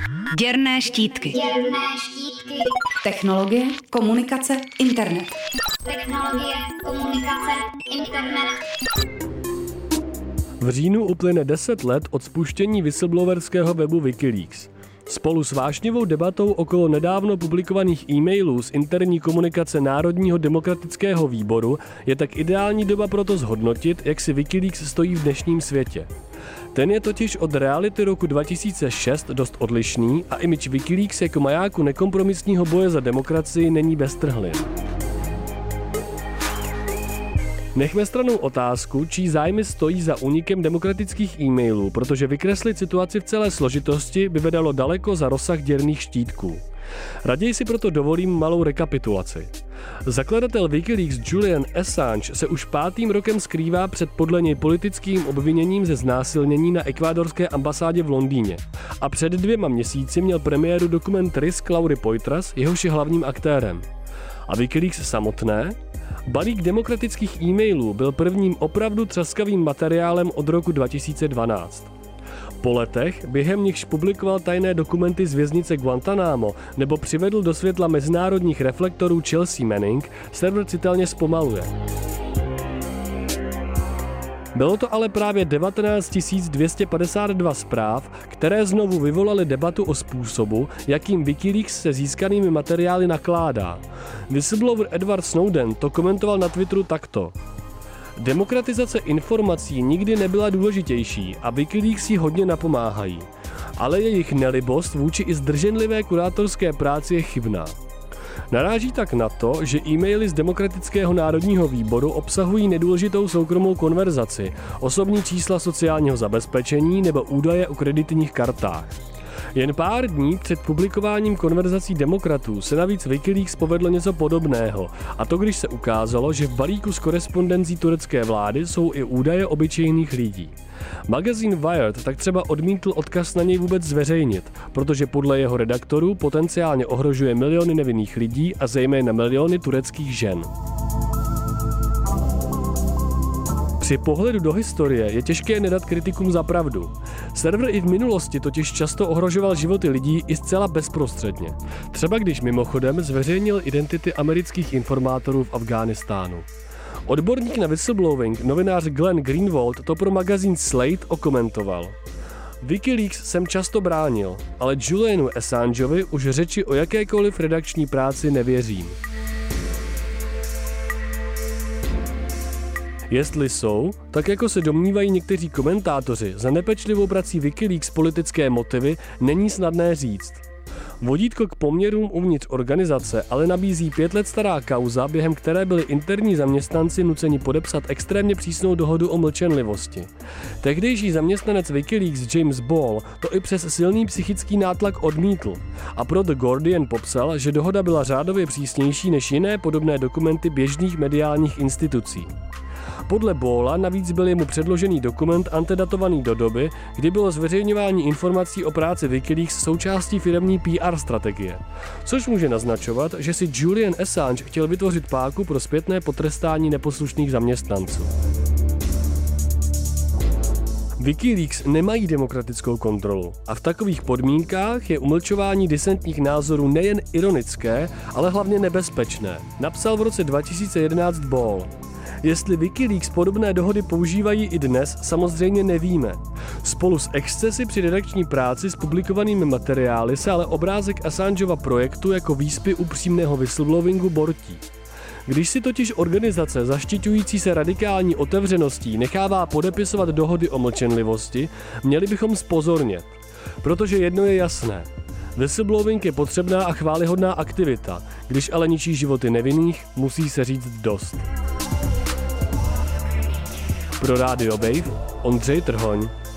Děrné štítky. Technologie, komunikace, internet. V říjnu uplyne 10 let od spuštění whistleblowerského webu Wikileaks. Spolu s vášnivou debatou okolo nedávno publikovaných e-mailů z interní komunikace Národního demokratického výboru je tak ideální doba pro to zhodnotit, jak si Wikileaks stojí v dnešním světě. Ten je totiž od reality roku 2006 dost odlišný a image Wikileaks jako majáku nekompromisního boje za demokracii není bez trhlin. Nechme stranou otázku, čí zájmy stojí za únikem demokratických e-mailů, protože vykreslit situaci v celé složitosti by vedalo daleko za rozsah děrných štítků. Raději si proto dovolím malou rekapitulaci. Zakladatel Wikileaks Julian Assange se už 5. rokem skrývá před podle něj politickým obviněním ze znásilnění na ekvádorské ambasádě v Londýně. A před 2 měsíci měl premiéru dokument Risk Laury Poitras, jehož je hlavním aktérem. A Wikileaks samotné? Balík demokratických e-mailů byl prvním opravdu třaskavým materiálem od roku 2012. Po letech, během nichž publikoval tajné dokumenty z věznice Guantanamo nebo přivedl do světla mezinárodních reflektorů Chelsea Manning, server citelně zpomaluje. Bylo to ale právě 19 252 zpráv, které znovu vyvolaly debatu o způsobu, jakým Wikileaks se získanými materiály nakládá. Whistleblower Edward Snowden to komentoval na Twitteru takto. Demokratizace informací nikdy nebyla důležitější a Wikileaks jí hodně napomáhají. Ale jejich nelibost vůči i zdrženlivé kurátorské práci je chybná. Naráží tak na to, že e-maily z Demokratického národního výboru obsahují nedůležitou soukromou konverzaci, osobní čísla sociálního zabezpečení nebo údaje o kreditních kartách. Jen pár dní před publikováním konverzací demokratů se navíc Wikileaks povedlo něco podobného, a to když se ukázalo, že v balíku s korespondencí turecké vlády jsou i údaje obyčejných lidí. Magazín Wired tak třeba odmítl odkaz na něj vůbec zveřejnit, protože podle jeho redaktorů potenciálně ohrožuje miliony nevinných lidí a zejména miliony tureckých žen. Při pohledu do historie je těžké nedat kritikům za pravdu. Server i v minulosti totiž často ohrožoval životy lidí i zcela bezprostředně. Třeba když mimochodem zveřejnil identity amerických informátorů v Afghánistánu. Odborník na whistleblowing, novinář Glenn Greenwald, to pro magazín Slate okomentoval. Wikileaks jsem často bránil, ale Julianu Assangeovi už řeči o jakékoliv redakční práci nevěřím. Jestli jsou, tak jako se domnívají někteří komentátoři, za nepečlivou prací Wikileaks politické motivy není snadné říct. Vodítko k poměrům uvnitř organizace ale nabízí 5 let stará kauza, během které byli interní zaměstnanci nuceni podepsat extrémně přísnou dohodu o mlčenlivosti. Tehdejší zaměstnanec Wikileaks James Ball to i přes silný psychický nátlak odmítl a pro The Guardian popsal, že dohoda byla řádově přísnější než jiné podobné dokumenty běžných mediálních institucí. Podle Balla navíc byl jemu předložený dokument antedatovaný do doby, kdy bylo zveřejňování informací o práci Wikileaks součástí firemní PR strategie, což může naznačovat, že si Julian Assange chtěl vytvořit páku pro zpětné potrestání neposlušných zaměstnanců. Wikileaks nemají demokratickou kontrolu a v takových podmínkách je umlčování disentních názorů nejen ironické, ale hlavně nebezpečné, napsal v roce 2011 Ball. Jestli Wikileaks podobné dohody používají i dnes, samozřejmě nevíme. Spolu s excesy při redakční práci s publikovanými materiály se ale obrázek Assangeova projektu jako výspy upřímného whistleblowingu bortí. Když si totiž organizace zaštiťující se radikální otevřeností nechává podepisovat dohody o mlčenlivosti, měli bychom zpozornět. Protože jedno je jasné. Whistleblowing je potřebná a chvályhodná aktivita, když ale ničí životy nevinných, musí se říct dost. Pro Radio Wave, Ondřej Trhoň.